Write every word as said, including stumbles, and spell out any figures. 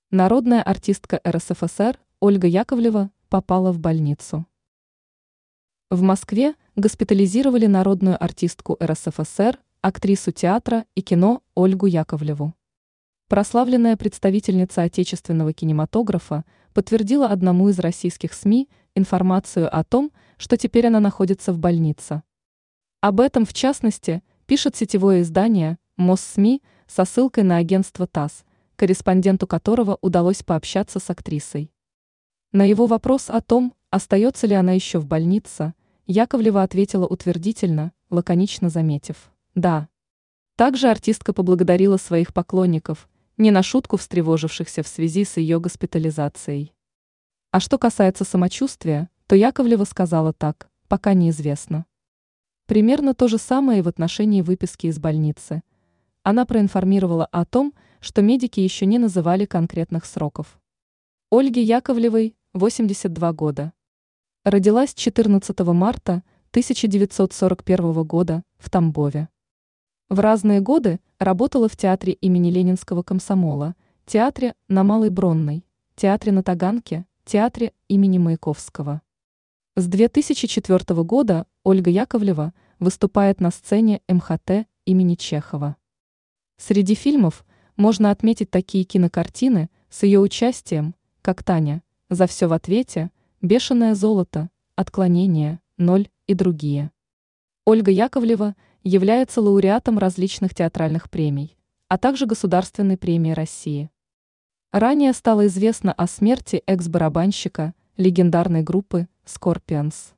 Народная артистка эр эс эф эс эр Ольга Яковлева попала в больницу. В Москве госпитализировали народную артистку эр эс эф эс эр, актрису театра и кино Ольгу Яковлеву. Прославленная представительница отечественного кинематографа подтвердила одному из российских СМИ информацию о том, что теперь она находится в больнице. Об этом, в частности, пишет сетевое издание Моссми со ссылкой на агентство ТАСС, корреспонденту которого удалось пообщаться с актрисой. На его вопрос о том, остается ли она еще в больнице, Яковлева ответила утвердительно, лаконично заметив «да». Также артистка поблагодарила своих поклонников, не на шутку встревожившихся в связи с ее госпитализацией. А что касается самочувствия, то Яковлева сказала так: пока неизвестно. Примерно то же самое и в отношении выписки из больницы. Она проинформировала о том, что медики еще не называли конкретных сроков. Ольге Яковлевой восемьдесят два года. Родилась четырнадцатого марта тысяча девятьсот сорок первого года в Тамбове. В разные годы работала в театре имени Ленинского комсомола, театре на Малой Бронной, театре на Таганке, театре имени Маяковского. С две тысячи четвёртого года Ольга Яковлева выступает на сцене эм ха тэ имени Чехова. Среди фильмов можно отметить такие кинокартины с ее участием, как «Таня», «За все в ответе», «Бешеное золото», «Отклонение», «Ноль» и другие. Ольга Яковлева является лауреатом различных театральных премий, а также Государственной премии России. Ранее стало известно о смерти экс-барабанщика легендарной группы Scorpions.